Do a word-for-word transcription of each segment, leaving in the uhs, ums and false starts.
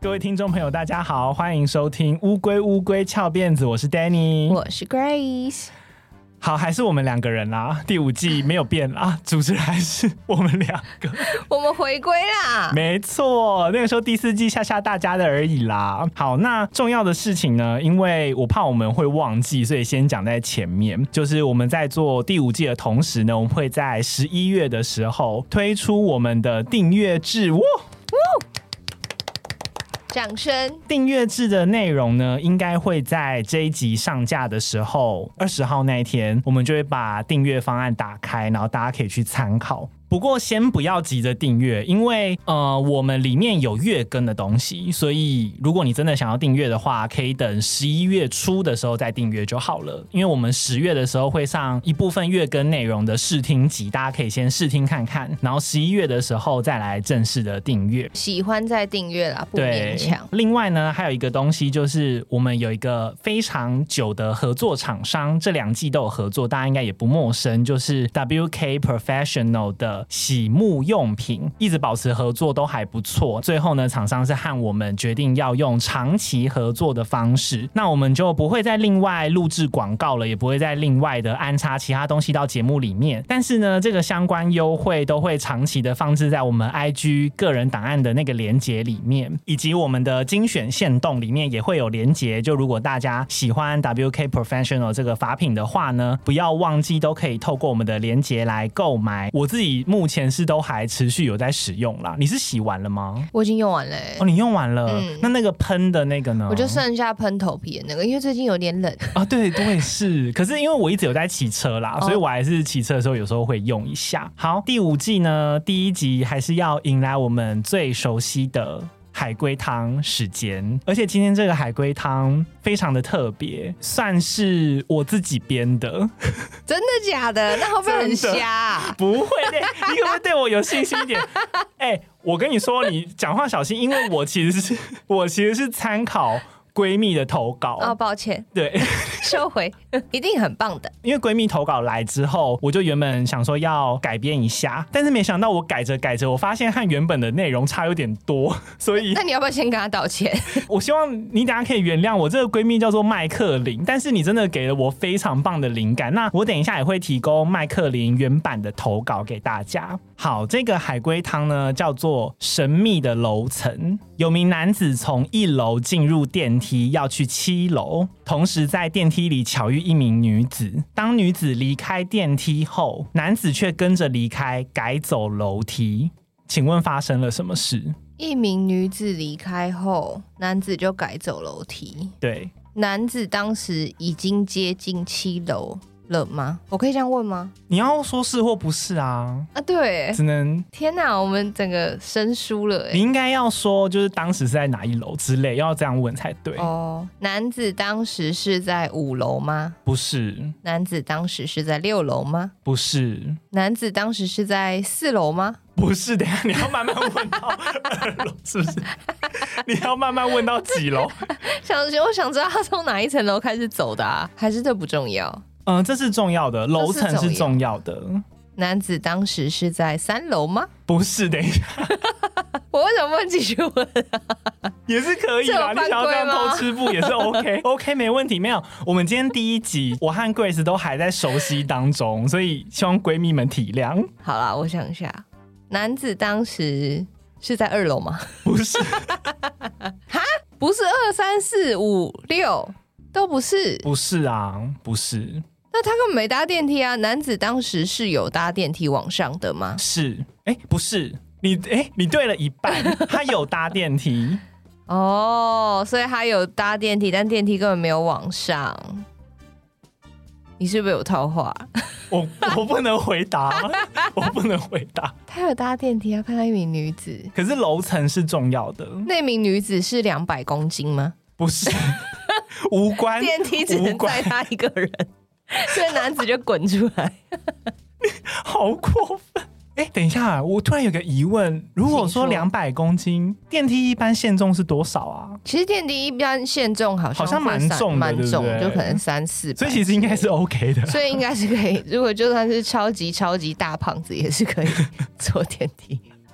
各位听众朋友大家好，欢迎收听乌龟乌龟翘辫子，我是 Danny， 我是 Grace。 好，还是我们两个人啦，第五季没有变啦，主持人还是我们两个， 我们回归啦， 没错，那个时候第四季吓吓大家的而已啦。好，那重要的事情呢，因为我怕我们会忘记，所以先讲在前面，就是我们在做第五季的同时呢，我们会在十一月的时候推出我们的订阅制，哇哇！ 掌声！ 订阅制的内容呢，应该会在这一集上架的时候，二十号那一天，我们就会把订阅方案打开，然后大家可以去参考。不过先不要急着订阅，因为呃我们里面有月更的东西，所以如果你真的想要订阅的话，可以等十一月初的时候再订阅就好了。因为我们十月的时候会上一部分月更内容的试听集，大家可以先试听看看，然后十一月的时候再来正式的订阅。 喜欢再订阅啦，不勉强。 另外呢，还有一个东西就是我们有一个非常久的合作厂商，这两季都有合作，大家应该也不陌生，就是 W K Professional 的洗沐用品，一直保持合作都还不错。最后呢，厂商是和我们决定要用长期合作的方式，那我们就不会再另外录制广告了，也不会再另外的安插其他东西到节目里面。但是呢，这个相关优惠都会长期的放置在我们 I G 个人档案的那个连结里面，以及我们的精选限动里面也会有连结。就如果大家喜欢 W K Professional 这个法品的话呢，不要忘记都可以透过我们的连结来购买。我自己目前是都还持续有在使用啦。你是洗完了吗？ 我已经用完了、欸、 哦，你用完了、嗯、那那个喷的那个呢？ 我就剩下喷头皮的那个，因为最近有点冷啊。对对是，可是因为我一直有在骑车啦、哦、所以我还是骑车的时候有时候会用一下。好，第五季呢，第一集还是要迎来我们最熟悉的海龟汤时间，而且今天这个海龟汤非常的特别，算是我自己编的。 真的假的？那会不会很瞎、啊？ 不会的，你可不可以对我有信心一点？哎、欸，我跟你说，你讲话小心，因为我其实是我其实是参考闺蜜的投稿。 哦，抱歉， 对， 收回，一定很棒的。 因为闺蜜投稿来之后，我就原本想说要改编一下，但是没想到我改着改着，我发现和原本的内容差有点多，所以那你要不要先跟她道歉？ 我希望你等一下可以原谅我。这个闺蜜叫做麦克林，但是你真的给了我非常棒的灵感。那我等一下也会提供麦克林原版的投稿给大家。好，这个海龟汤呢叫做神秘的楼层。有名男子从一楼进入电梯要去七楼，同时在电梯里巧遇一名女子。当女子离开电梯后，男子却跟着离开，改走楼梯。请问发生了什么事？ 一名女子离开后，男子就改走楼梯。 对， 男子当时已经接近七楼了吗？我可以这样问吗？ 你要说是或不是啊？ 啊，对， 只能天哪，我们整个生疏了。 你应该要说就是当时是在哪一楼之类，要这样问才对。 哦，男子当时是在五楼吗？ 不是。男子当时是在六楼吗？ 不是。 男子当时是在四楼吗？ 不是。等一下你要慢慢问到二楼是不是？你要慢慢问到几楼？ 想我想知道他从哪一层楼开始走的啊？还是这不重要？ 嗯，这是重要的，楼层是重要的。 男子当时是在三楼吗？ 不是。等一下我为什么不继续问、啊、 也是可以啦，你想要这样偷吃步也是 OK OK 没问题。没有，我们今天第一集我和 Grace 都还在熟悉当中，所以希望闺蜜们体谅。 好啦，我想一下，男子当时是在二楼吗？ 不是哈，不是二三四五六都不是。 不是啊，不是。 那他根本没搭电梯啊！男子当时是有搭电梯往上的吗？ 是。哎、欸，不是。你哎、欸，你对了一半，他有搭电梯。 哦，所以他有搭电梯，但电梯根本没有往上。你是不是有套话？ 我我不能回答，我不能回答。 他有搭电梯，要看到一名女子。 可是楼层是重要的。 那名女子是两百公斤吗？ 不是，无关。 电梯只能载他一个人。所以男子就滚出来。 好过分。哎，等一下，我突然有个疑问，如果说两百公斤，电梯一般限重是多少啊？ 其实电梯一般限重好像好像蛮重的， 蛮重， 对不对？ 就可能三四百， 所以其实应该是 OK 的， 所以应该是可以。如果就算是超级超级大胖子，也是可以坐电梯。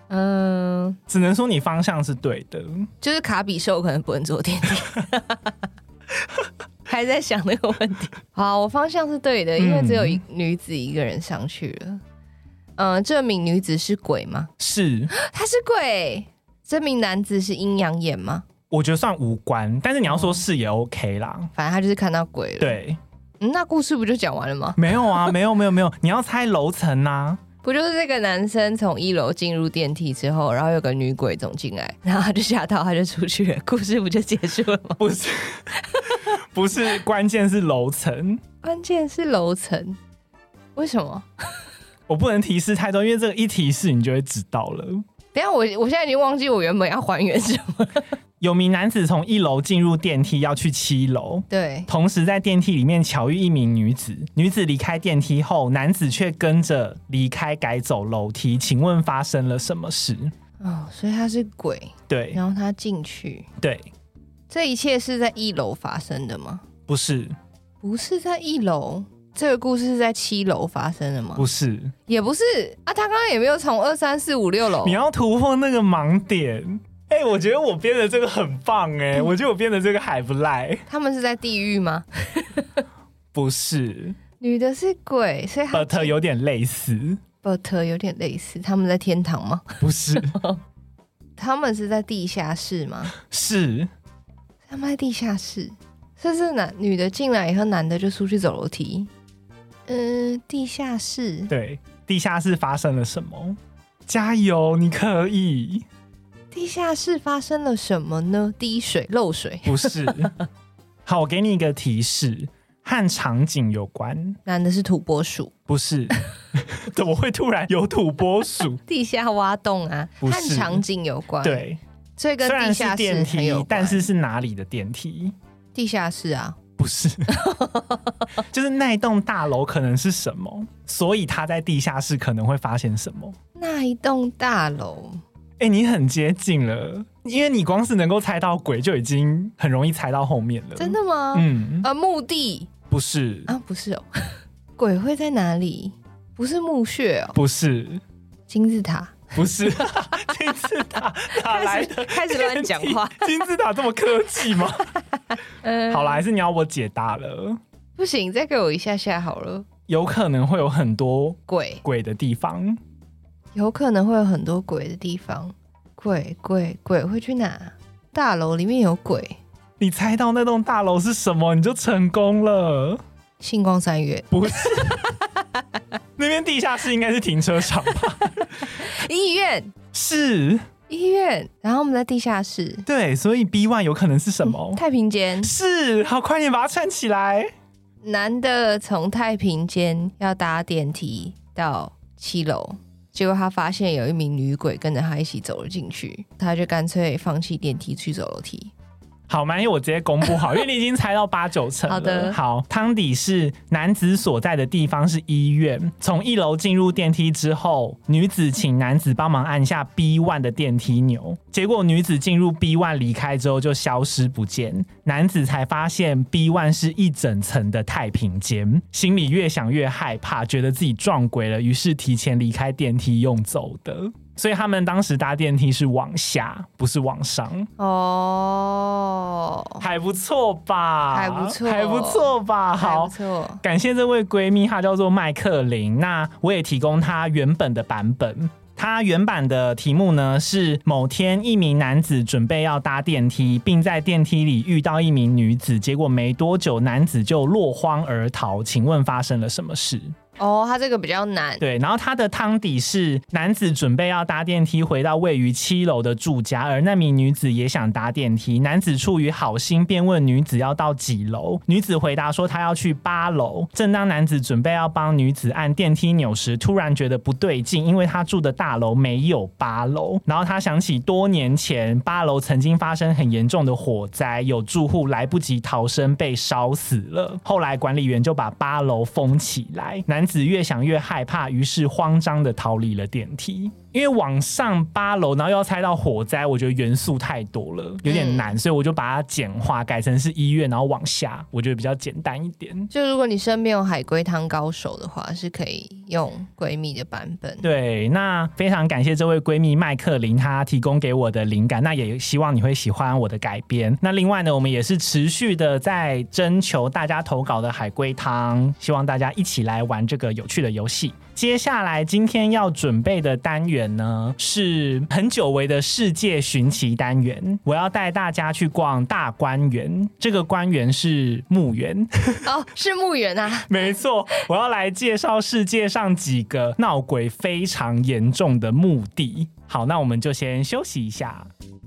嗯， 只能说你方向是对的， 就是卡比兽可能不能坐电梯。还在想那个问题。好，我方向是对的，因为只有一女子一个人上去了。嗯，这名女子是鬼吗？ 是， 她是鬼。这名男子是阴阳眼吗？ 我觉得算无关，但是你要说是也 OK 啦。 反正他就是看到鬼了。 对， 嗯，那故事不就讲完了吗？ 没有啊，没有没有没有，你要猜楼层啊。 不就是这个男生从一楼进入电梯之后，然后有个女鬼走进来，然后他就吓到，他就出去了，故事不就结束了吗？ 不是，不是，关键是楼层， 关键是楼层，为什么？ 我不能提示太多，因为这个一提示你就会知道了。 等一下我我现在已经忘记我原本要还原什么了。 有名男子从一楼进入电梯要去七楼， 对， 同时在电梯里面巧遇一名女子，女子离开电梯后，男子却跟着离开改走楼梯，请问发生了什么事？ 哦，所以他是鬼， 对， 然后他进去， 对， 这一切是在一楼发生的吗？ 不是， 不是在一楼，这个故事是在七楼发生的吗？ 不是， 也不是啊，他刚刚也没有从二三四五六楼， 你要突破那个盲点。哎、欸，我觉得我编的这个很棒哎、欸嗯，我觉得我编的这个还不赖。 他们是在地狱吗？ 不是， 女的是鬼，所以 but 有点类似 ，but 有点类似。他们在天堂吗？ 不是， 他们是在地下室吗？ 是， 他们在地下室。这是男女的进来以后，男的就出去走楼梯。嗯、呃，地下室。 对，地下室发生了什么？加油，你可以。 地下室发生了什么呢？滴水漏水？ 不是。好，我给你一个提示，和场景有关。 男的是土拨鼠？ 不是。怎么会突然有土拨鼠？ 地下挖洞啊，和场景有关。 对， 所以跟地下室很有关， 但是是哪里的电梯？ 地下室啊。 不是。就是那一栋大楼可能是什么，所以他在地下室可能会发现什么。 那一栋大楼。 哎、欸，你很接近了，因为你光是能够猜到鬼，就已经很容易猜到后面了。 真的吗？ 嗯， 呃，墓地不是啊，不是哦。鬼会在哪里？不是墓穴哦， 不是金字塔， 不是金字塔，哪来的？ 开始乱讲话。 金字塔这么科技吗？ 嗯， 好啦，还是你要我解答了？ 不行，再给我一下下好了。 有可能会有很多鬼鬼的地方。 有可能会有很多鬼的地方，鬼鬼鬼会去哪？大楼里面有鬼。 你猜到那栋大楼是什么，你就成功了。 星光三月？ 不是。那边地下室应该是停车场吧？ 医院？ 是医院。然后我们在地下室。 对，所以 B 一 有可能是什么？ 嗯、太平间。 是，好，快点把它串起来。 男的从太平间要搭电梯到七楼。结果他发现有一名女鬼跟着他一起走了进去，他就干脆放弃电梯去走楼梯。 好，蛮有我直接公布好，因为你已经猜到八九成了。 好的， 好，汤底是男子所在的地方是医院，从一楼进入电梯之后，女子请男子帮忙按下 B 一 的电梯钮，结果女子进入 B 一 离开之后就消失不见，男子才发现 B 一 是一整层的太平间，心里越想越害怕，觉得自己撞鬼了，于是提前离开电梯用走的。所以他们当时搭电梯是往下，不是往上。 哦， 还不错吧？ 还不错， 还不错吧？好， 还不错。 感谢这位闺蜜，她叫做麦克琳。那我也提供她原本的版本。她原版的题目呢是：某天，一名男子准备要搭电梯，并在电梯里遇到一名女子，结果没多久，男子就落荒而逃。请问发生了什么事？ 哦，他这个比较难。 对，然后他的汤底是男子准备要搭电梯回到位于七楼的住家，而那名女子也想搭电梯。男子出于好心，便问女子要到几楼。女子回答说她要去八楼。正当男子准备要帮女子按电梯钮时，突然觉得不对劲，因为他住的大楼没有八楼。然后他想起多年前八楼曾经发生很严重的火灾，有住户来不及逃生被烧死了。后来管理员就把八楼封起来。男子越想越害怕，于是慌张的逃离了电梯。 因为往上八楼，然后又要猜到火灾，我觉得元素太多了，有点难，嗯、所以我就把它简化，改成是医院，然后往下，我觉得比较简单一点。 就如果你身边有海龟汤高手的话，是可以用闺蜜的版本。 对，那非常感谢这位闺蜜麦克林，她提供给我的灵感，那也希望你会喜欢我的改编。那另外呢，我们也是持续的在征求大家投稿的海龟汤，希望大家一起来玩这个有趣的游戏。接下来今天要准备的单元呢，是很久违的世界寻奇单元。我要带大家去逛大观园，这个官园是墓园哦，是墓园啊， 没错。我要来介绍世界上几个闹鬼非常严重的墓地。好，那我们就先休息一下。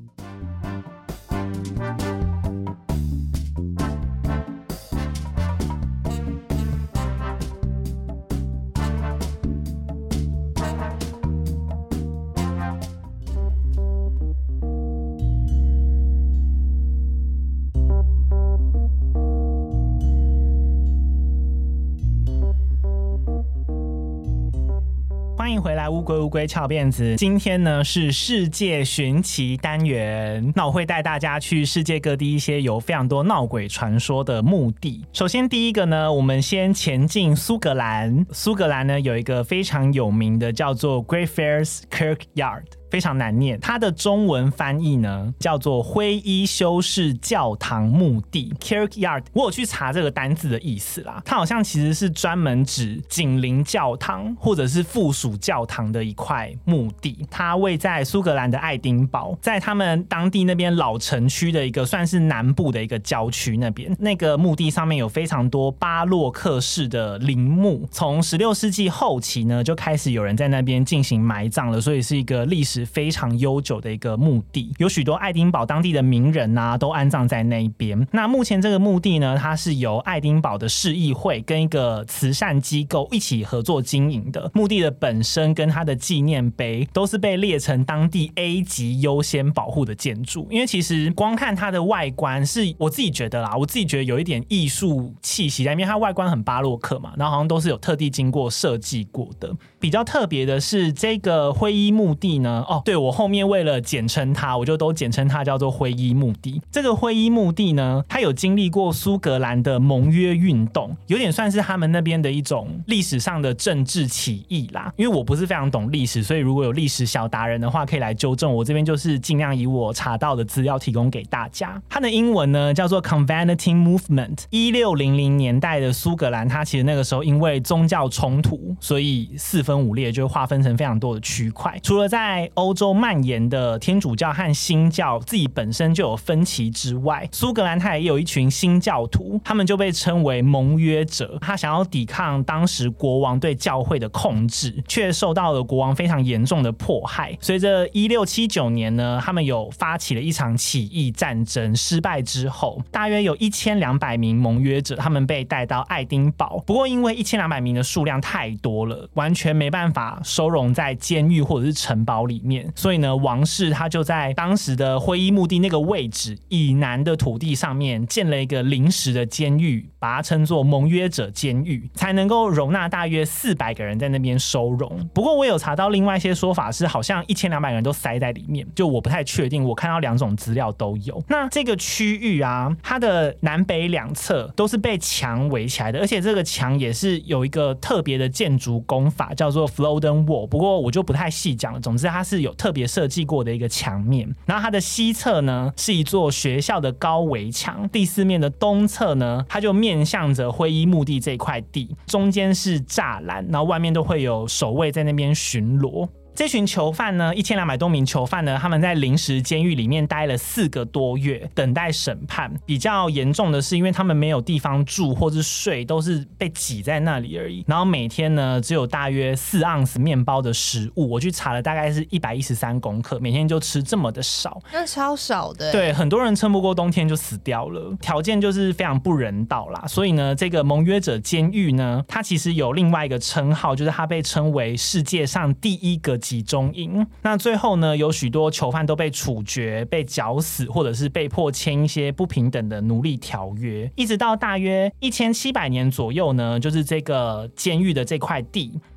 欢迎回来，乌龟乌龟翘辫子。今天呢是世界寻奇单元，那我会带大家去世界各地一些有非常多闹鬼传说的墓地。首先第一个呢，我们先前进苏格兰。苏格兰呢有一个非常有名的叫做 Greyfriars Kirkyard，非常难念，它的中文翻译呢叫做灰衣修士教堂墓地 Kirkyard。 我有去查这个单字的意思啦，它好像其实是专门指紧邻教堂或者是附属教堂的一块墓地。它位在苏格兰的爱丁堡，在他们当地那边老城区的一个算是南部的一个郊区那边。那个墓地上面有非常多巴洛克式的陵墓，从十六世纪后期呢就开始有人在那边进行埋葬了，所以是一个历史非常悠久的一个墓地，有许多爱丁堡当地的名人啊都安葬在那一边。那目前这个墓地呢，它是由爱丁堡的市议会跟一个慈善机构一起合作经营的。墓地的本身跟它的纪念碑都是被列成当地 A 级优先保护的建筑，因为其实光看它的外观，是我自己觉得啦，我自己觉得有一点艺术气息在，因为它外观很巴洛克嘛，然后好像都是有特地经过设计过的。比较特别的是这个灰衣墓地呢，哦，对，我后面为了简称它，我就都简称它叫做灰衣墓地。这个灰衣墓地呢，它有经历过苏格兰的盟约运动，有点算是他们那边的一种历史上的政治起义啦。因为我不是非常懂历史，所以如果有历史小达人的话，可以来纠正我。这边就是尽量以我查到的资料提供给大家。它的英文呢叫做 Covenanting Movement。一六零零年代的苏格兰，它其实那个时候因为宗教冲突，所以四分五裂，就划分成非常多的区块。除了在欧洲蔓延的天主教和新教自己本身就有分歧之外，苏格兰它也有一群新教徒，他们就被称为盟约者。他想要抵抗当时国王对教会的控制，却受到了国王非常严重的迫害。随着一六七九年呢，他们有发起了一场起义战争，失败之后，大约有一千两百名盟约者，他们被带到爱丁堡。不过因为一千两百名的数量太多了，完全没办法收容在监狱或者是城堡里面，所以呢，王室他就在当时的灰衣墓地那个位置以南的土地上面建了一个临时的监狱，把它称作盟约者监狱，才能够容纳大约四百个人在那边收容。不过我有查到另外一些说法是，好像一千两百个人都塞在里面，就我不太确定，我看到两种资料都有。那这个区域啊，它的南北两侧都是被墙围起来的，而且这个墙也是有一个特别的建筑工法，叫做 Flodden Wall。不过我就不太细讲了，总之它是有特别设计过的一个墙面。然后它的西侧呢是一座学校的高围墙，第四面的东侧呢，它就面向着灰衣墓地这块地，中间是栅栏，然后外面都会有守卫在那边巡逻。这群囚犯呢，一千两百多名囚犯呢，他们在临时监狱里面待了四个多月，等待审判。比较严重的是，因为他们没有地方住或是睡，都是被挤在那里而已。然后每天呢，只有大约四盎司面包的食物，我去查了，大概是一百一十三公克，每天就吃这么的少， 那超少的。 对，很多人撑不过冬天就死掉了，条件就是非常不人道啦。所以呢，这个盟约者监狱呢，它其实有另外一个称号，就是它被称为世界上第一个集中营。那最后呢，有许多囚犯都被处决、被绞死，或者是被迫签一些不平等的奴隶条约。一直到大约一千七百年左右呢，就是这个监狱的这块地，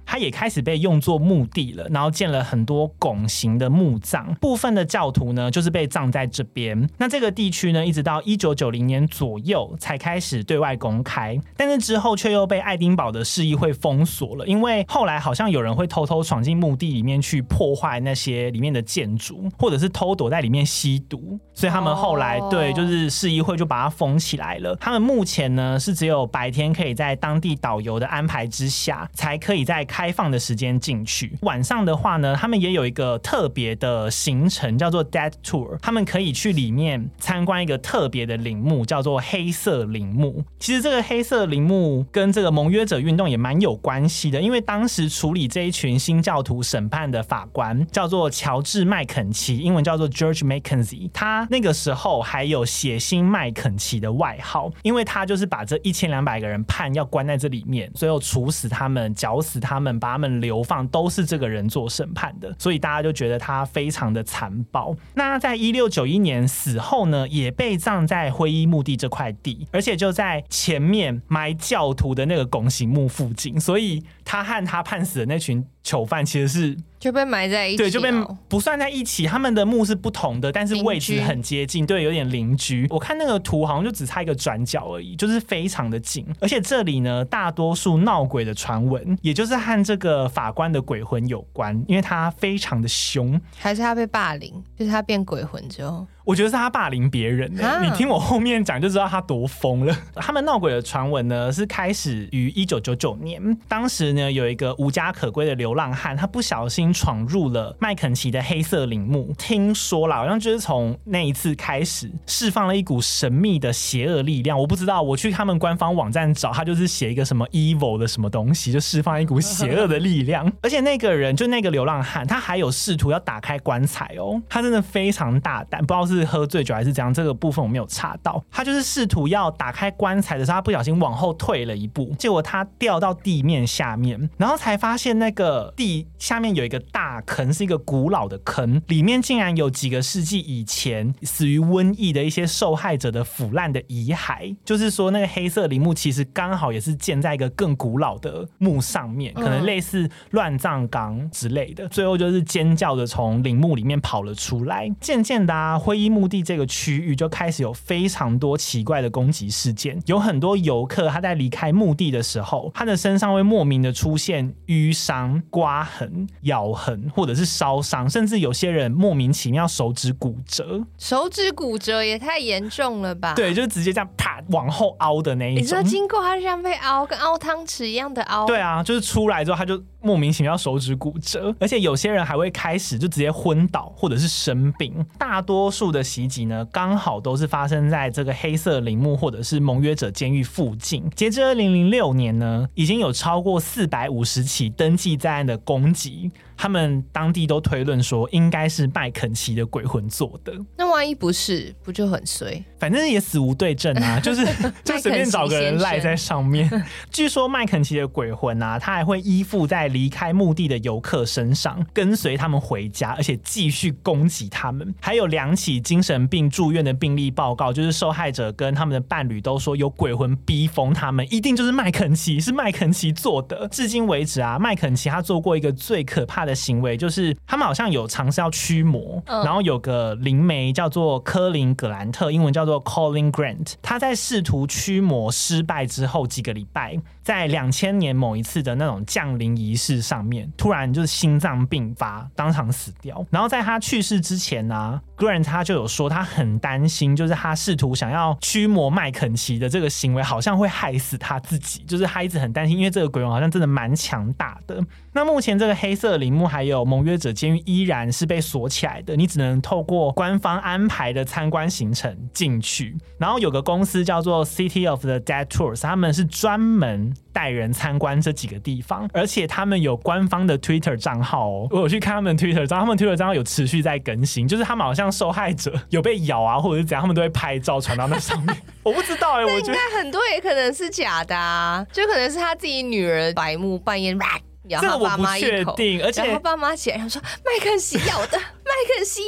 它也开始被用作墓地了，然后建了很多拱形的墓葬，部分的教徒呢就是被葬在这边。那这个地区呢一直到一九九零年左右才开始对外公开，但是之后却又被爱丁堡的市议会封锁了，因为后来好像有人会偷偷闯进墓地里面去破坏那些里面的建筑，或者是偷躲在里面吸毒，所以他们后来、oh. 对就是市议会就把它封起来了。他们目前呢是只有白天可以在当地导游的安排之下才可以在开放的时间进去，晚上的话呢他们也有一个特别的行程叫做 Dead Tour， 他们可以去里面参观一个特别的陵墓叫做黑色陵墓。其实这个黑色陵墓跟这个盟约者运动也蛮有关系的，因为当时处理这一群新教徒审判的法官叫做乔治麦肯齐，英文叫做 George Mackenzie， 他那个时候还有血腥麦肯齐的外号，因为他就是把这一千两百个人判要关在这里面，最后处死他们、绞死他们、把他们流放，都是这个人做审判的，所以大家就觉得他非常的残暴。那在一六九一年死后呢，也被葬在灰衣墓地这块地，而且就在前面埋教徒的那个拱形墓附近，所以他和他判死的那群囚犯其实是就被埋在一起， 对，就被不算在一起，他们的墓是不同的，但是位置很接近，对，有点邻居。我看那个图好像就只差一个转角而已，就是非常的近。而且这里呢，大多数闹鬼的传闻，也就是和这个法官的鬼魂有关，因为他非常的凶。 还是他被霸凌，就是他变鬼魂之后？ 我觉得是他霸凌别人、欸啊、你听我后面讲就知道他多疯了。他们闹鬼的传闻呢，是开始于一九九九年，当时呢有一个无家可归的流浪汉，他不小心闯入了麦肯齐的黑色陵墓，听说啦，好像就是从那一次开始释放了一股神秘的邪恶力量。我不知道，我去他们官方网站找，他就是写一个什么 evil 的什么东西，就释放一股邪恶的力量。而且那个人就那个流浪汉，他还有试图要打开棺材哦，他真的非常大胆，不知道是是喝醉酒还是怎样，这个部分我没有查到。他就是试图要打开棺材的时候，他不小心往后退了一步，结果他掉到地面下面，然后才发现那个地下面有一个大坑，是一个古老的坑，里面竟然有几个世纪以前死于瘟疫的一些受害者的腐烂的遗骸。就是说那个黑色陵墓其实刚好也是建在一个更古老的墓上面，可能类似乱葬岗之类的。最后就是尖叫的从陵墓里面跑了出来。渐渐的啊，灰衣墓地这个区域就开始有非常多奇怪的攻击事件，有很多游客他在离开墓地的时候，他的身上会莫名的出现淤伤、刮痕、咬痕或者是烧伤，甚至有些人莫名其妙手指骨折。 手指骨折也太严重了吧？ 对，就是直接这样啪往后凹的那一种。 你说经过他就像被凹，跟凹汤匙一样的凹。 对啊，就是出来之后他就莫名其妙手指骨折，而且有些人还会开始就直接昏倒或者是生病。大多数的袭击呢，刚好都是发生在这个黑色陵墓或者是盟约者监狱附近。截至二零零六年呢，已经有超过四百五十起登记在案的攻击，他们当地都推论说应该是麦肯齐的鬼魂做的。 那万一不是，不就很衰？ 反正也死无对证啊，就是就随便找个人赖在上面。据说麦肯齐的鬼魂啊，他还会依附在离开墓地的游客身上，跟随他们回家，而且继续攻击他们。还有两起精神病住院的病例报告，就是受害者跟他们的伴侣都说有鬼魂逼疯他们，一定就是麦肯齐，是麦肯齐做的。至今为止啊，麦肯齐他做过一个最可怕的行为，就是他们好像有尝试要驱魔、嗯、然后有个灵媒叫做科林·葛兰特，英文叫做 Colin Grant， 他在试图驱魔失败之后几个礼拜，在两千年某一次的那种降临仪式上面，突然就是心脏病发，当场死掉。然后在他去世之前啊 Grant 他就有说他很担心，就是他试图想要驱魔麦肯齐的这个行为好像会害死他自己，就是他一直很担心，因为这个鬼魂好像真的蛮强大的。那目前这个黑色陵墓还有盟约者监狱依然是被锁起来的，你只能透过官方安排的参观行程进去。然后有个公司叫做 City of the Dead Tours， 他们是专门带人参观这几个地方，而且他们有官方的 Twitter 账号哦。我有去看他们 Twitter 账号，他们 Twitter 账号有持续在更新，就是他们好像受害者有被咬啊或者是怎样，他们都会拍照传到那上面。我不知道哎、欸，我觉得应该很多也可能是假的啊，就可能是他自己女儿白目半夜咬他爸妈一口， 这个我不确定，而且然后爸妈起来然后说麦肯锡咬的，麦肯锡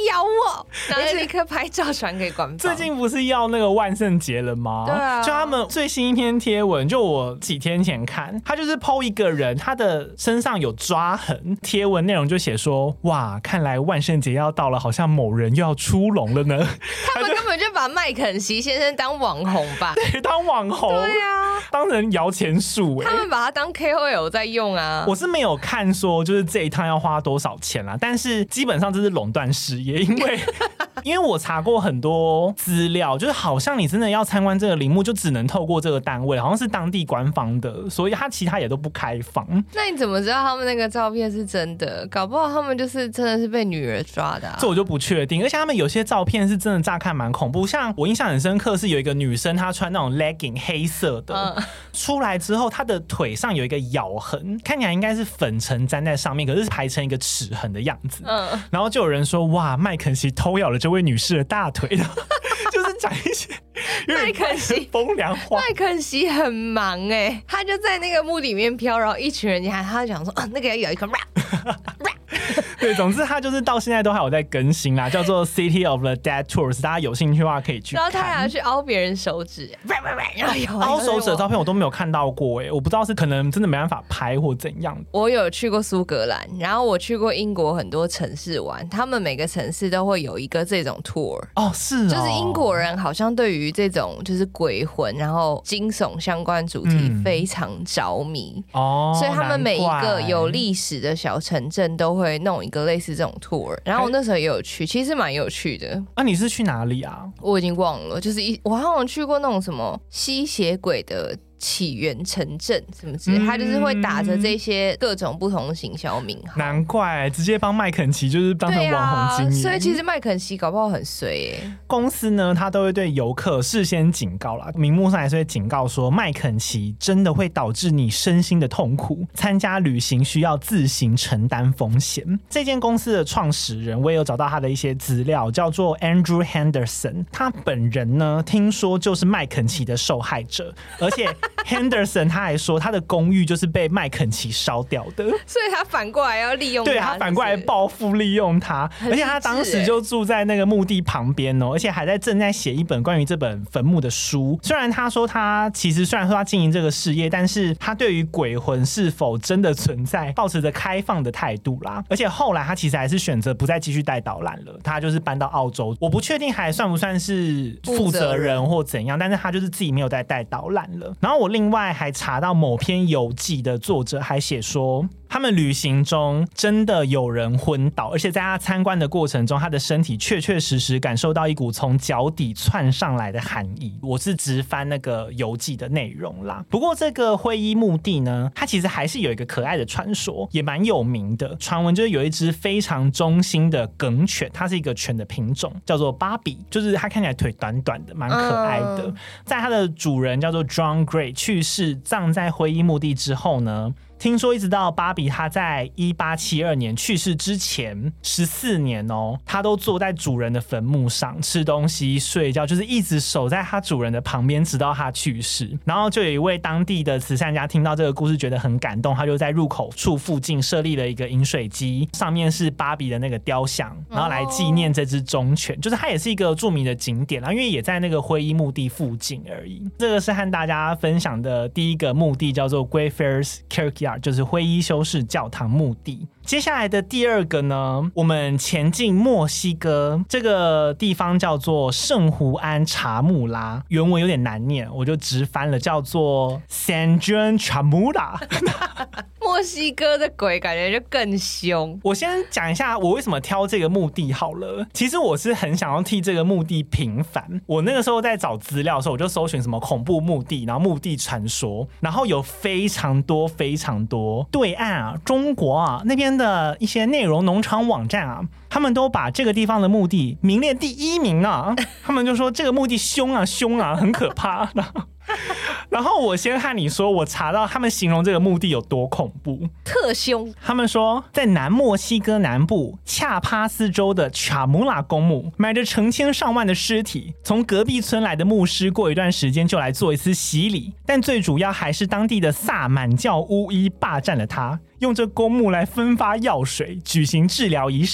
咬我，然后立刻拍照传给官方。 最近不是要那个万圣节了吗？ 对啊， 就他们最新一篇贴文，就我几天前看，他就是 po 一个人，他的身上有抓痕，贴文内容就写说，哇，看来万圣节要到了，好像某人又要出笼了呢。 他们根本就把麦肯锡先生当网红吧？ 对，当网红， 对啊， 当成摇钱树、欸， 他们把它当 K O L 在用啊。 我是没有看说就是这一趟要花多少钱啦，但是基本上这是垄断事业，因为因为我查过很多资料，就是好像你真的要参观这个陵墓，就只能透过这个单位，好像是当地官方的，所以他其他也都不开放。 那你怎么知道他们那个照片是真的？搞不好他们就是真的是被女儿抓的、啊， 这我就不确定。而且他们有些照片是真的乍看蛮恐怖，像我印象很深刻是有一个女生，她穿那种 legging 黑色的，嗯、出来之后她的腿上有一个咬痕，看起来应该是粉尘粘在上面，可是排成一个齿痕的样子。嗯，然后就有人说，哇，麦肯锡偷咬了这位女士的大腿的，就是讲一些麦肯锡风凉话。 麦肯锡很忙哎、欸，他就在那个墓里面飘，然后一群人家他就讲说啊，那个要咬一口。 对，总之他就是到现在都还有在更新啦，叫做 City of the Dead Tours， 大家有兴趣的话可以去看。 然后他还要去凹别人手指， 凹手指的照片我都没有看到过哎、欸，我不知道是可能真的没办法拍或怎样。 我有去过苏格兰，然后我去过英国很多城市玩，他们每个城市都会有一个这种 tour。 哦，是哦， 就是英国人好像对于这种就是鬼魂，然后惊悚相关主题非常着迷、嗯、哦，所以他们每一个有历史的小城镇都会弄一个类似这种 tour， 然后我那时候也有去，其实蛮有趣的。 啊，你是去哪里啊？ 我已经忘了，就是一我好像去过那种什么吸血鬼的起源城镇什么之类、嗯，他就是会打着这些各种不同行销名号。 难怪直接帮麦肯锡就是当成网红经营、 啊，所以其实麦肯锡搞不好很衰耶、欸。 公司呢，他都会对游客事先警告啦，名目上还是会警告说，麦肯锡真的会导致你身心的痛苦，参加旅行需要自行承担风险。这间公司的创始人，我也有找到他的一些资料，叫做 Andrew Henderson， 他本人呢，听说就是麦肯锡的受害者，而且Henderson 他还说他的公寓就是被麦肯锡烧掉的， 所以他反过来要利用他， 对，他反过来报复利用他，而且他当时就住在那个墓地旁边哦，而且还在正在写一本关于这本坟墓的书。虽然他说他其实虽然说他经营这个事业，但是他对于鬼魂是否真的存在抱持着开放的态度啦。而且后来他其实还是选择不再继续带导览了，他就是搬到澳洲。我不确定还算不算是负责人或怎样，但是他就是自己没有再带导览了。然后我另外还查到某篇游记的作者还写说，他们旅行中真的有人昏倒，而且在他参观的过程中，他的身体确确实实感受到一股从脚底窜上来的寒意。我是直翻那个游记的内容啦。不过这个灰衣墓地呢，它其实还是有一个可爱的传说，也蛮有名的。传闻就是有一只非常忠心的梗犬，它是一个犬的品种，叫做芭比，就是它看起来腿短短的，蛮可爱的。嗯、在它的主人叫做 John Gray 去世，葬在灰衣墓地之后呢，听说一直到芭比他在一八七二年去世之前十四年哦，他都坐在主人的坟墓上吃东西睡觉，就是一直守在他主人的旁边直到他去世。然后就有一位当地的慈善家听到这个故事觉得很感动，他就在入口处附近设立了一个饮水机，上面是芭比的那个雕像，然后来纪念这只忠犬。就是它也是一个著名的景点啦，因为也在那个灰衣墓地附近而已。这个是和大家分享的第一个墓地，叫做 Greyfriars Kirkyard， 就是灰衣修士教堂墓地。接下来的第二个呢，我们前进墨西哥，这个地方叫做圣胡安查穆拉，原文有点难念，我就直翻了，叫做 San Juan Chamula。 墨西哥的鬼感觉就更凶。 我先讲一下我为什么挑这个墓地好了。其实我是很想要替这个墓地平反。我那个时候在找资料的时候，我就搜寻什么恐怖墓地，然后墓地传说，然后有非常多非常多对岸啊、中国啊那边的一些内容农场网站啊，他们都把这个地方的墓地名列第一名啊。他们就说这个墓地凶啊凶啊，很可怕。然后我先和你说，我查到他们形容这个墓地有多恐怖， 特凶。 他们说，在南墨西哥南部恰帕斯州的查穆拉公墓，埋着成千上万的尸体。从隔壁村来的牧师，过一段时间就来做一次洗礼，但最主要还是当地的萨满教巫医霸占了它，用这公墓来分发药水，举行治疗仪式。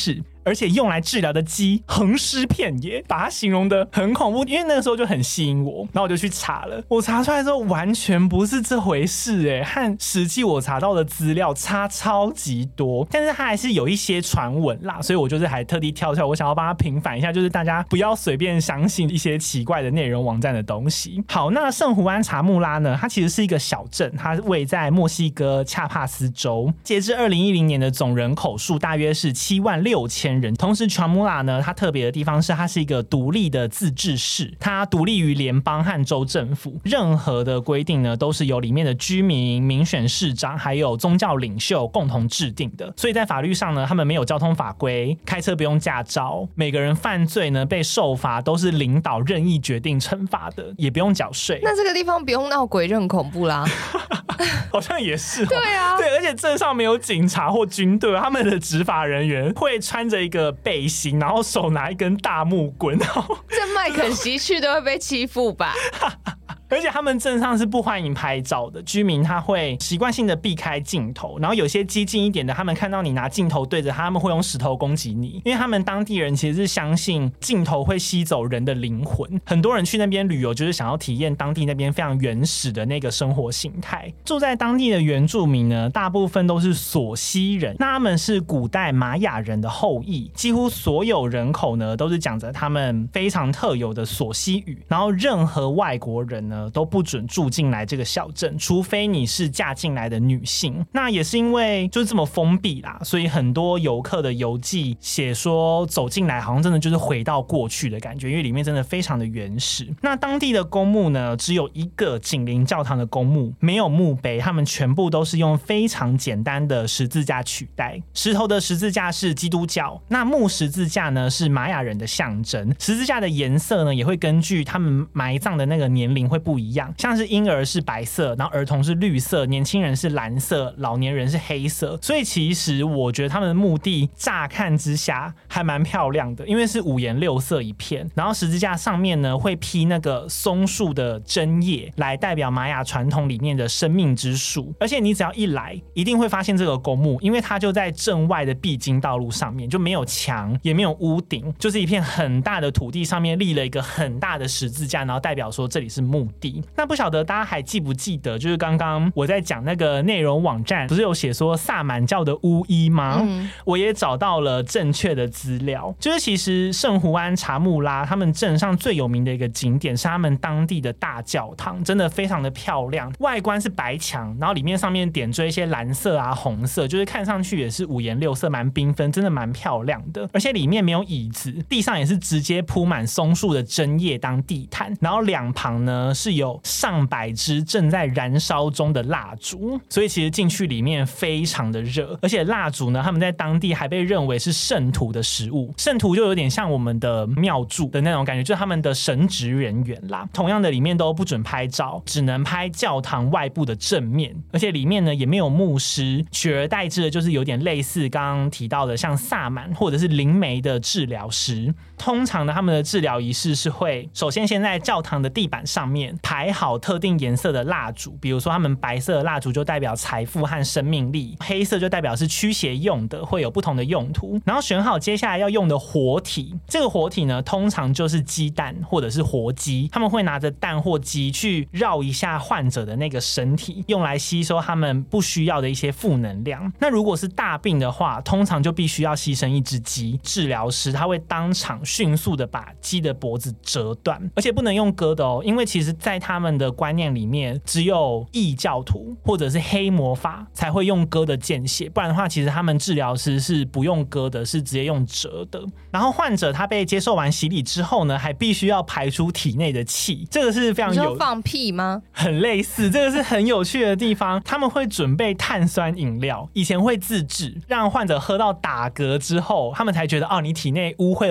而且用来治疗的鸡横尸遍野，把它形容的很恐怖。因为那个时候就很吸引我，然后我就去查了，我查出来之后完全不是这回事哎，和实际我查到的资料差超级多，但是它还是有一些传闻啦，所以我就是还特地挑出来，我想要帮他平反一下，就是大家不要随便相信一些奇怪的内容网站的东西。好，那圣胡安查穆拉呢，它其实是一个小镇，它位在墨西哥恰帕斯州，截至二零一零年的总人口数大约是七万六千人。同时查穆拉呢，它特别的地方是它是一个独立的自治市，它独立于联邦和州政府，任何的规定呢都是由里面的居民、民选市长还有宗教领袖共同制定的。所以在法律上呢，他们没有交通法规，开车不用驾照，每个人犯罪呢被受罚都是领导任意决定惩罚的，也不用缴税。 那这个地方不用闹鬼就很恐怖啦。 好像也是、哦、 对啊， 对，而且镇上没有警察或军队，他们的执法人员会穿着一个背心，然后手拿一根大木棍，然后这麦肯锡去都会被欺负吧。 而且他们镇上是不欢迎拍照的，居民他会习惯性的避开镜头，然后有些激进一点的，他们看到你拿镜头对着他，他们会用石头攻击你，因为他们当地人其实是相信镜头会吸走人的灵魂。很多人去那边旅游就是想要体验当地那边非常原始的那个生活形态。住在当地的原住民呢，大部分都是索西人，那他们是古代玛雅人的后裔，几乎所有人口呢都是讲着他们非常特有的索西语，然后任何外国人呢都不准住进来这个小镇，除非你是嫁进来的女性。那也是因为就是这么封闭啦，所以很多游客的游记写说走进来好像真的就是回到过去的感觉，因为里面真的非常的原始。那当地的公墓呢，只有一个紧邻教堂的公墓，没有墓碑，他们全部都是用非常简单的十字架取代。石头的十字架是基督教，那木十字架呢是玛雅人的象征。十字架的颜色呢也会根据他们埋葬的那个年龄会不一样，像是婴儿是白色，然后儿童是绿色，年轻人是蓝色，老年人是黑色。所以其实我觉得他们的墓地乍看之下还蛮漂亮的，因为是五颜六色一片，然后十字架上面呢会披那个松树的针叶来代表玛雅传统里面的生命之树。而且你只要一来一定会发现这个公墓，因为它就在镇外的必经道路上面，就没有墙也没有屋顶，就是一片很大的土地上面立了一个很大的十字架，然后代表说这里是墓地。那不晓得大家还记不记得，就是刚刚我在讲那个内容网站不是有写说萨满教的巫医吗、嗯、我也找到了正确的资料，就是其实圣胡安查穆拉他们镇上最有名的一个景点是他们当地的大教堂，真的非常的漂亮，外观是白墙，然后里面上面点缀一些蓝色啊红色，就是看上去也是五颜六色，蛮缤纷，真的蛮漂亮的。而且里面没有椅子，地上也是直接铺满松树的针叶当地毯，然后两旁呢是有上百支正在燃烧中的蜡烛，所以其实进去里面非常的热。而且蜡烛呢，他们在当地还被认为是圣徒的食物，圣徒就有点像我们的庙祝的那种感觉，就是他们的神职人员啦。同样的，里面都不准拍照，只能拍教堂外部的正面，而且里面呢也没有牧师，取而代之的就是有点类似刚刚提到的像萨满或者是灵媒的治疗师。通常呢，他们的治疗仪式是会首先先在教堂的地板上面排好特定颜色的蜡烛，比如说他们白色的蜡烛就代表财富和生命力，黑色就代表是驱邪用的，会有不同的用途。然后选好接下来要用的活体，这个活体呢通常就是鸡蛋或者是活鸡，他们会拿着蛋或鸡去绕一下患者的那个身体，用来吸收他们不需要的一些负能量。那如果是大病的话，通常就必须要牺牲一只鸡，治疗师他会当场迅速的把鸡的脖子折断，而且不能用割的哦，因为其实在他们的观念里面只有异教徒或者是黑魔法才会用割的见血，不然的话其实他们治疗师是不用割的，是直接用折的。然后患者他被接受完洗礼之后呢，还必须要排出体内的气，这个是非常有， 你说放屁吗？ 很类似，这个是很有趣的地方。他们会准备碳酸饮料，以前会自制，让患者喝到打嗝之后他们才觉得哦，你体内污秽的东西被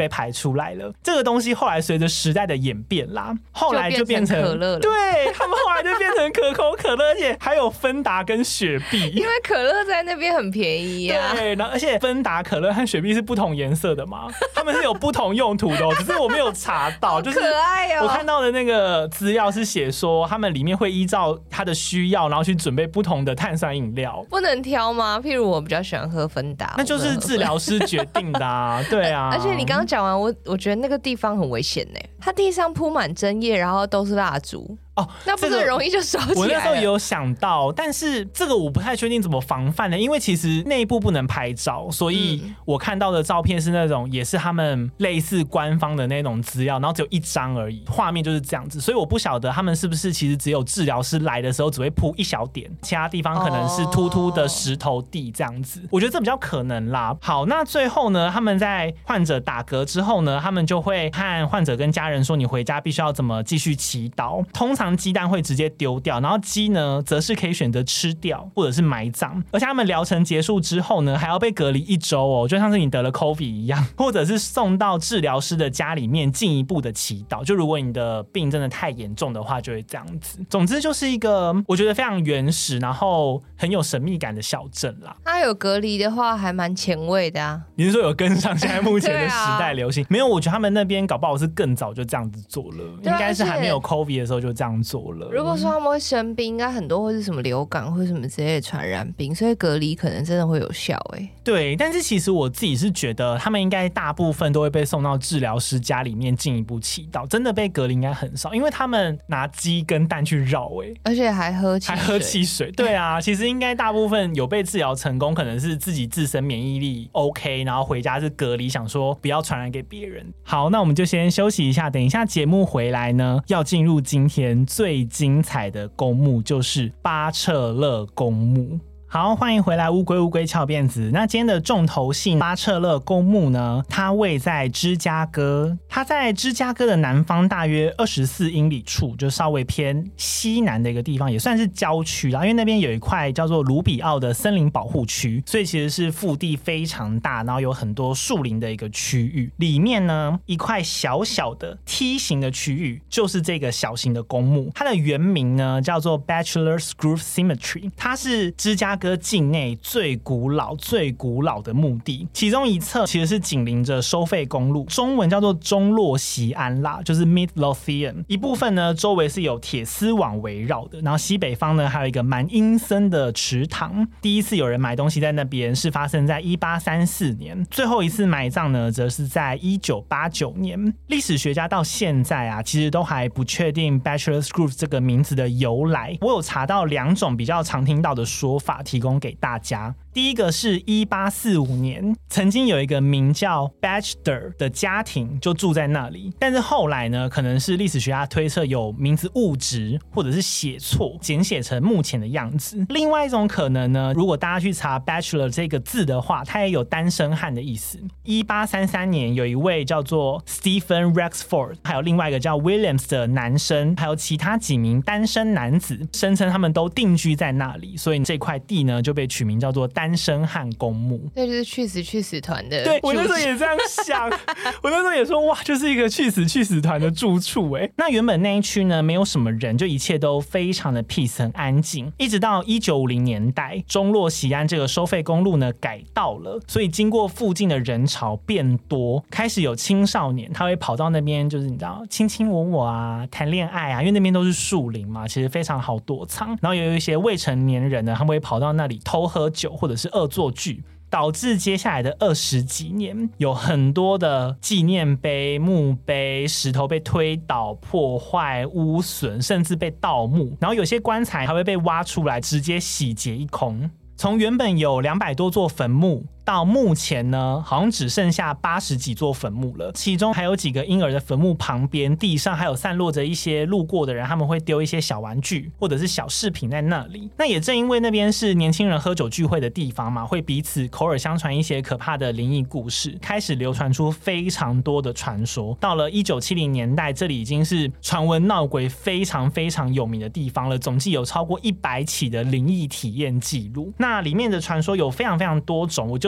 被排出来了。这个东西后来随着时代的演变啦，后来就变成可乐了。 对，他们后来就变成可口可乐，而且还有芬达跟雪碧， 因为可乐在那边很便宜啊。 对，然后而且芬达可乐和雪碧是不同颜色的嘛，他们是有不同用途的、哦，只是我没有查到，就是可爱哦。 我看到的那个资料是写说，他们里面会依照他的需要，然后去准备不同的碳酸饮料。 不能挑吗？譬如我比较喜欢喝芬达， 那就是治疗师决定的啊，对啊。 而且你刚刚讲完，我我觉得那个地方很危险呢，它地上铺满针叶，然后都是蜡烛。哦，那不是很容易就烧起来了、这个、 我那时候也有想到，但是这个我不太确定怎么防范的，因为其实内部不能拍照，所以我看到的照片是那种也是他们类似官方的那种资料，然后只有一张而已，画面就是这样子，所以我不晓得他们是不是其实只有治疗师来的时候只会铺一小点，其他地方可能是突突的石头地这样子，我觉得这比较可能啦。好，那最后呢，他们在患者打嗝之后呢，他们就会和患者跟家人说，你回家必须要怎么继续祈祷，通常鸡蛋会直接丢掉，然后鸡呢则是可以选择吃掉或者是埋葬，而且他们疗程结束之后呢还要被隔离一周哦，就像是你得了 COVID 一样，或者是送到治疗师的家里面进一步的祈祷，就如果你的病真的太严重的话就会这样子。总之就是一个我觉得非常原始然后很有神秘感的小镇啦。 它有隔离的话还蛮前卫的啊。 你是说有跟上现在目前的时代流行、啊、没有，我觉得他们那边搞不好是更早就这样子做了，应该是还没有 COVID 的时候就这样做了。 如果说他们会生病，应该很多会是什么流感或者什么之类的传染病，所以隔离可能真的会有效、欸、 对，但是其实我自己是觉得他们应该大部分都会被送到治疗师家里面进一步祈祷，真的被隔离应该很少，因为他们拿鸡跟蛋去绕、欸、 而且还喝汽水还喝汽水。对啊，其实应该大部分有被治疗成功，可能是自己自身免疫力 OK， 然后回家是隔离，想说不要传染给别人。好，那我们就先休息一下，等一下节目回来呢，要进入今天最精彩的公墓，就是巴彻勒公墓。好，欢迎回来乌龟乌龟翘辫子。那今天的重头戏巴彻勒公墓呢，它位在芝加哥，它在芝加哥的南方大约二十四英里处，就稍微偏西南的一个地方，也算是郊区啦，因为那边有一块叫做卢比奥的森林保护区，所以其实是腹地非常大，然后有很多树林的一个区域。里面呢，一块小小的梯形的区域就是这个小型的公墓，它的原名呢叫做 Bachelor's Grove Cemetery， 它是芝加哥境内最古老最古老的墓地，其中一侧其实是紧邻着收费公路，中文叫做中洛锡安啦，就是 Midlothian。 一部分呢周围是有铁丝网围绕的，然后西北方呢还有一个蛮阴森的池塘。第一次有人埋东西在那边是发生在一八三四年，最后一次埋葬呢则是在一九八九年。历史学家到现在啊其实都还不确定 Bachelor's Grove 这个名字的由来，我有查到两种比较常听到的说法提供给大家。第一个是一八四五年曾经有一个名叫 Batchelor 的家庭就住在那里，但是后来呢可能是历史学家推测有名字误植或者是写错，简写成目前的样子。另外一种可能呢，如果大家去查 Bachelor 这个字的话，它也有单身汉的意思。一八三三年有一位叫做 Stephen Rexford 还有另外一个叫 Williams 的男生，还有其他几名单身男子声称他们都定居在那里，所以这块地呢就被取名叫做单身汉公墓。 这就是去死去死团的。 对，我那时候也这样想我那时候也说哇，就是一个去死去死团的住处欸。那原本那一区呢没有什么人，就一切都非常的 peace 很安静，一直到一九五零年代中洛锡安这个收费公路呢改道了，所以经过附近的人潮变多，开始有青少年他会跑到那边，就是你知道卿卿我我啊谈恋爱啊，因为那边都是树林嘛，其实非常好躲藏。然后有一些未成年人呢，他们会跑到那里偷喝酒或者是恶作剧，导致接下来的二十几年有很多的纪念碑、墓碑、石头被推倒、破坏、污损，甚至被盗墓，然后有些棺材还会被挖出来直接洗劫一空。从原本有两百多座坟墓到目前呢好像只剩下八十几座坟墓了，其中还有几个婴儿的坟墓旁边地上还有散落着一些路过的人，他们会丢一些小玩具或者是小饰品在那里。那也正因为那边是年轻人喝酒聚会的地方嘛，会彼此口耳相传一些可怕的灵异故事，开始流传出非常多的传说。到了一九七零年代，这里已经是传闻闹鬼非常非常有名的地方了，总计有超过一百起的灵异体验记录。那里面的传说有非常非常多种，我就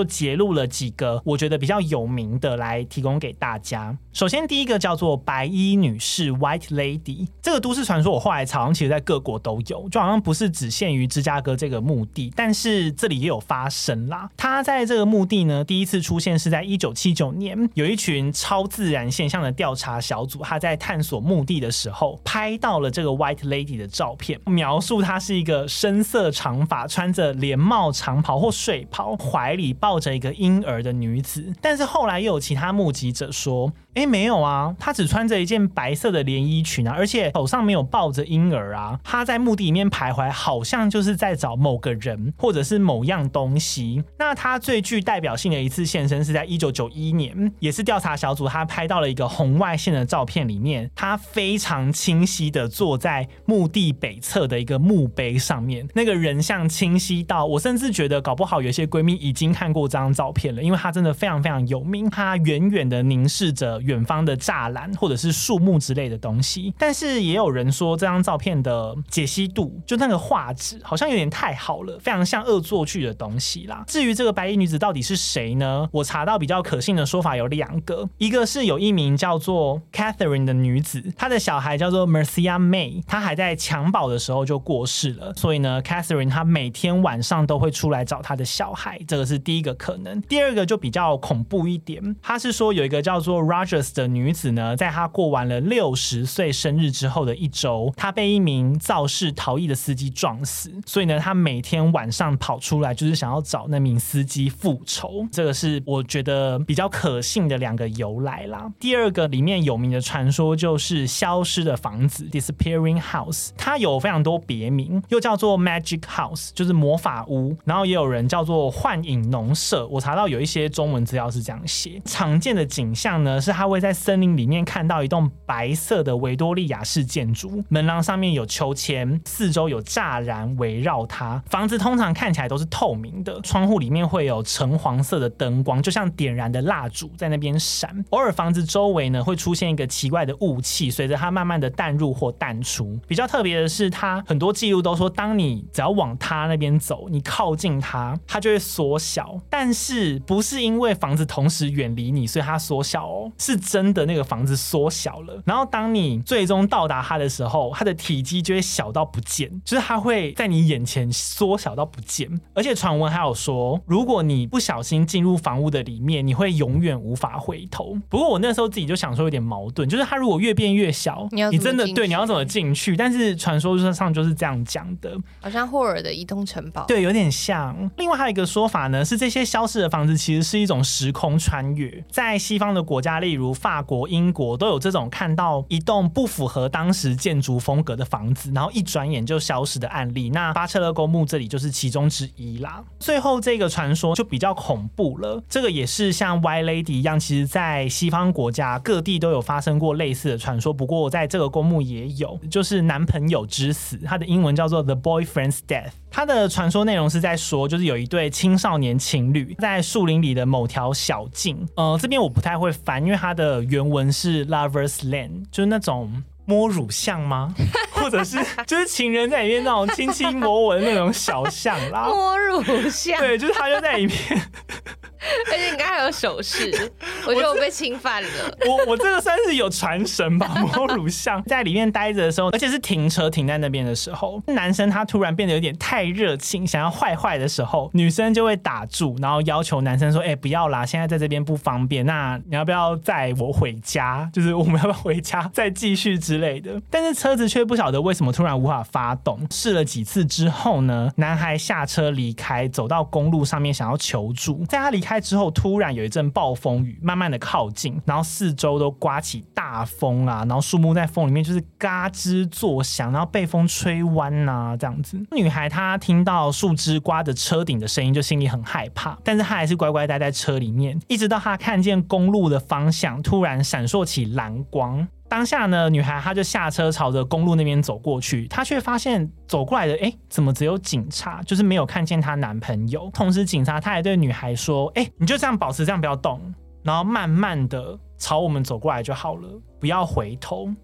就截录了几个我觉得比较有名的来提供给大家。首先第一个叫做白衣女士 White Lady， 这个都市传说我后来好像其实在各国都有，就好像不是只限于芝加哥这个墓地，但是这里也有发生啦。它在这个墓地呢第一次出现是在一九七九年，有一群超自然现象的调查小组，他在探索墓地的时候拍到了这个 White Lady 的照片，描述她是一个深色长发，穿着连帽长袍或睡袍，怀里抱着一个婴儿的女子。但是后来又有其他目击者说，哎，没有啊，她只穿着一件白色的连衣裙啊，而且手上没有抱着婴儿啊。她在墓地里面徘徊，好像就是在找某个人或者是某样东西。那她最具代表性的一次现身是在一九九一年，也是调查小组他拍到了一个红外线的照片，里面她非常清晰的坐在墓地北侧的一个墓碑上面，那个人像清晰到我甚至觉得搞不好有些闺蜜已经看过这张照片了，因为她真的非常非常有名。她远远的凝视着远方的栅栏或者是树木之类的东西，但是也有人说这张照片的解析度，就那个画质好像有点太好了，非常像恶作剧的东西啦。至于这个白衣女子到底是谁呢？我查到比较可信的说法有两个，一个是有一名叫做 Catherine 的女子，她的小孩叫做 Marcia May， 她还在襁褓的时候就过世了，所以呢 Catherine 她每天晚上都会出来找她的小孩，这个是第一个可能。第二个就比较恐怖一点，她是说有一个叫做 Rogers 的女子呢，在她过完了六十岁生日之后的一周，她被一名肇事逃逸的司机撞死，所以呢她每天晚上跑出来就是想要找那名司机复仇，这个是我觉得比较可信的两个由来啦。第二个里面有名的传说就是消失的房子 Disappearing House， 它有非常多别名，又叫做 Magic House 就是魔法屋，然后也有人叫做幻影农舍，我查到有一些中文资料是这样写。常见的景象呢是他会在森林里面看到一栋白色的维多利亚式建筑，门廊上面有秋千，四周有栅栏围绕它，房子通常看起来都是透明的，窗户里面会有橙黄色的灯光，就像点燃的蜡烛在那边闪。偶尔房子周围呢会出现一个奇怪的雾气，随着它慢慢的淡入或淡出。比较特别的是，它很多记录都说当你只要往它那边走，你靠近它它就会缩小，但是不是因为房子同时远离你所以它缩小哦，是真的那个房子缩小了，然后当你最终到达它的时候，它的体积就会小到不见，就是它会在你眼前缩小到不见。而且传闻还有说，如果你不小心进入房屋的里面，你会永远无法回头。不过我那时候自己就想说有点矛盾，就是它如果越变越小，你, 你真的对你要怎么进去？但是传说上就是这样讲的， 好像霍尔的移动城堡， 对，有点像。另外还有一个说法呢，是这些消失的房子其实是一种时空穿越。在西方的国家，例如法国、英国，都有这种看到一栋不符合当时建筑风格的房子，然后一转眼就消失的案例。那巴彻勒公墓这里就是其中之一啦。最后这个传说就比较恐怖了，这个也是像 White Lady 一样，其实在西方国家各地都有发生过类似的传说，不过在这个公墓也有，就是男朋友之死，它的英文叫做 The Boyfriend's Death。它的传说内容是在说，就是有一对青少年情侣在树林里的某条小径，呃，这边我不太会翻，因为它的原文是 Lover's Lane， 就是那种摸乳巷吗？或者是就是情人在里面那种卿卿我我的那种小巷啦， 摸乳巷， 对，就是他就在里面。 而且你刚才有手势，我觉得我被侵犯了。 我我这个算是有传神吧，摸乳巷在里面待着的时候，而且是停车停在那边的时候，男生他突然变得有点太热情，想要坏坏的时候，女生就会打住，然后要求男生说：“哎、欸，不要啦，现在在这边不方便，那你要不要载我回家？就是我们要不要回家再继续之类的？”但是车子却不晓得为什么突然无法发动。试了几次之后呢，男孩下车离开，走到公路上面想要求助。在他离开之后，突然有一阵暴风雨慢慢的靠近，然后四周都刮起大风啊，然后树木在风里面就是嘎吱作响，然后被风吹弯啊这样子。女孩她听到树枝刮着车顶的声音，就心里很害怕，但是她还是乖乖待在车里面，一直到她看见公路的方向突然闪烁起蓝光。当下呢，女孩她就下车朝着公路那边走过去，她却发现走过来的，哎，怎么只有警察，就是没有看见她男朋友。同时警察他还对女孩说，哎，你就这样保持这样不要动，然后慢慢的朝我们走过来就好了，不要回头。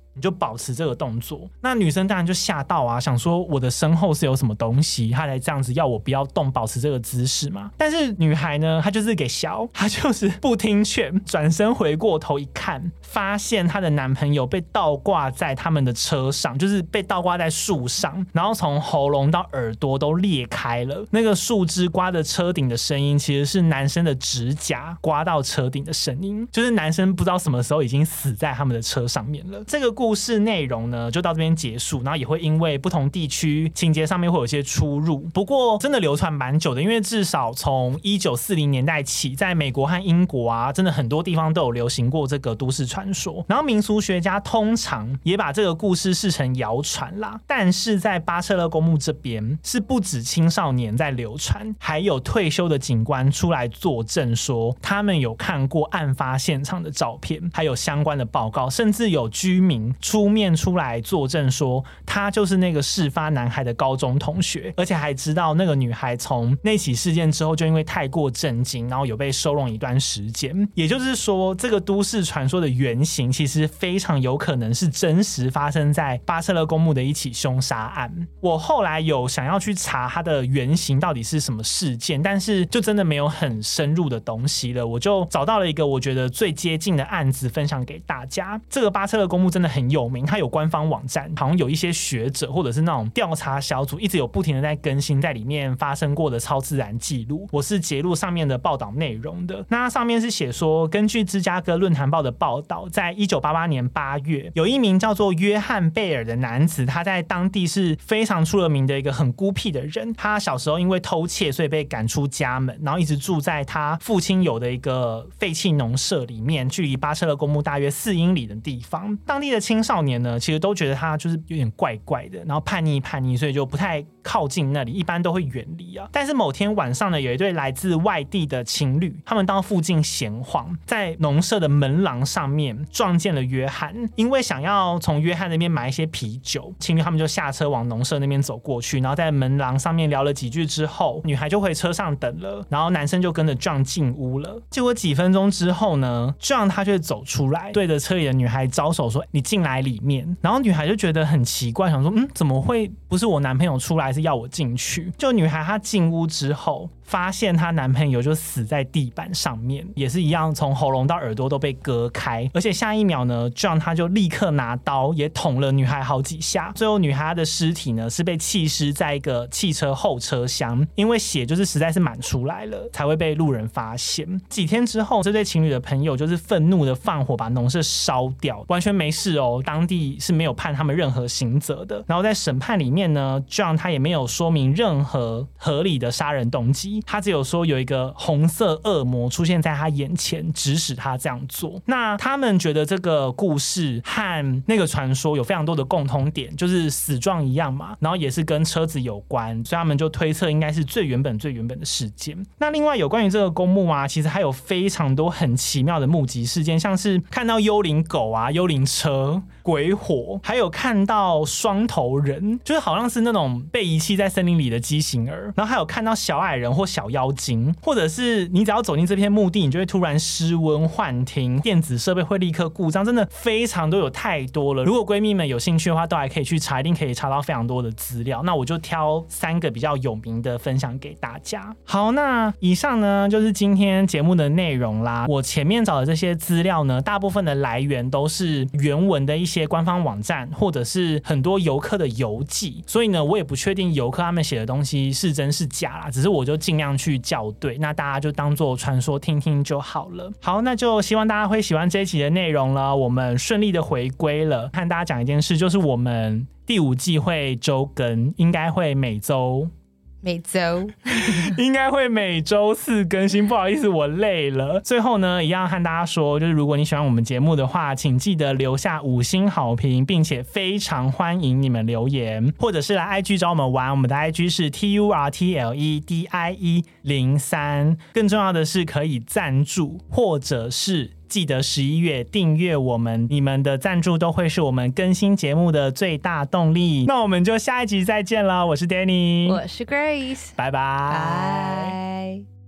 你就保持这个动作。那女生当然就吓到啊，想说我的身后是有什么东西，她才这样子要我不要动，保持这个姿势嘛。但是女孩呢，她就是给小，她就是不听劝，转身回过头一看，发现她的男朋友被倒挂在他们的车上，就是被倒挂在树上，然后从喉咙到耳朵都裂开了。那个树枝刮的车顶的声音，其实是男生的指甲刮到车顶的声音，就是男生不知道什么时候已经死在他们的车上面了。这个故事内容呢，就到这边结束，然后也会因为不同地区情节上面会有一些出入，不过真的流传蛮久的，因为至少从一九四零年代起，在美国和英国啊，真的很多地方都有流行过这个都市传说。然后民俗学家通常也把这个故事视成谣传啦，但是在巴彻勒公墓这边是不止青少年在流传，还有退休的警官出来作证说他们有看过案发现场的照片，还有相关的报告，甚至有居民出面出来作证说他就是那个事发男孩的高中同学，而且还知道那个女孩从那起事件之后就因为太过震惊，然后有被收容一段时间。也就是说，这个都市传说的原型其实非常有可能是真实发生在巴彻勒公墓的一起凶杀案。我后来有想要去查它的原型到底是什么事件，但是就真的没有很深入的东西了，我就找到了一个我觉得最接近的案子分享给大家。这个巴彻勒公墓真的很有名，它有官方网站，好像有一些学者或者是那种调查小组一直有不停的在更新在里面发生过的超自然记录，我是截录上面的报道内容的。那上面是写说，根据芝加哥论坛报的报道，在一九八八年八月，有一名叫做约翰贝尔的男子，他在当地是非常出了名的一个很孤僻的人。他小时候因为偷窃，所以被赶出家门，然后一直住在他父亲有的一个废弃农舍里面，距离巴彻勒公墓大约四英里的地方。当地的青少年呢，其实都觉得他就是有点怪怪的，然后叛逆叛逆，所以就不太靠近那里，一般都会远离啊。但是某天晚上呢，有一对来自外地的情侣，他们到附近闲晃，在农舍的门廊上面撞见了约翰。因为想要从约翰那边买一些啤酒，情侣他们就下车往农舍那边走过去，然后在门廊上面聊了几句之后，女孩就回车上等了，然后男生就跟着 John 进屋了。结果几分钟之后呢， John 他就走出来，对着车里的女孩招手说你进来里面。然后女孩就觉得很奇怪，想说嗯，怎么会不是我男朋友出来，是要我进去。就女孩她进屋之后，发现她男朋友就死在地板上面，也是一样，从喉咙到耳朵都被割开，而且下一秒呢 John 他就立刻拿刀也捅了女孩好几下。最后女孩的尸体呢是被弃尸在一个汽车后车厢，因为血就是实在是满出来了，才会被路人发现。几天之后，这对情侣的朋友就是愤怒的放火把农舍烧掉，完全没事哦，当地是没有判他们任何刑责的。然后在审判里面呢 John 他也没有说明任何合理的杀人动机，他只有说有一个红色恶魔出现在他眼前，指使他这样做。那他们觉得这个故事和那个传说有非常多的共通点，就是死状一样嘛，然后也是跟车子有关，所以他们就推测应该是最原本最原本的事件。那另外有关于这个公墓啊，其实还有非常多很奇妙的目击事件，像是看到幽灵狗啊、幽灵车、鬼火，还有看到双头人，就是好像是那种被遗弃在森林里的畸形儿，然后还有看到小矮人或小妖精，或者是你只要走进这片墓地，你就会突然失温幻听，电子设备会立刻故障，真的非常都有太多了。如果闺蜜们有兴趣的话，都还可以去查，一定可以查到非常多的资料。那我就挑三个比较有名的分享给大家。好，那以上呢就是今天节目的内容啦。我前面找的这些资料呢，大部分的来源都是原文的一些官方网站，或者是很多游客的游记，所以呢，我也不确定游客他们写的东西是真是假啦，只是我就尽量去校对，那大家就当做传说听听就好了。好，那就希望大家会喜欢这一集的内容了。我们顺利的回归了，和大家讲一件事，就是我们第五季会周更，应该会每周每周应该会每周四更新，不好意思我累了。最后呢，一样和大家说，就是如果你喜欢我们节目的话，请记得留下五星好评，并且非常欢迎你们留言，或者是来 I G 找我们玩。我们的 I G 是 T U R T L E D I E 零三，更重要的是可以赞助，或者是记得十一月订阅我们，你们的赞助都会是我们更新节目的最大动力。那我们就下一集再见了，我是 Danny， 我是 Grace， 拜拜。 拜。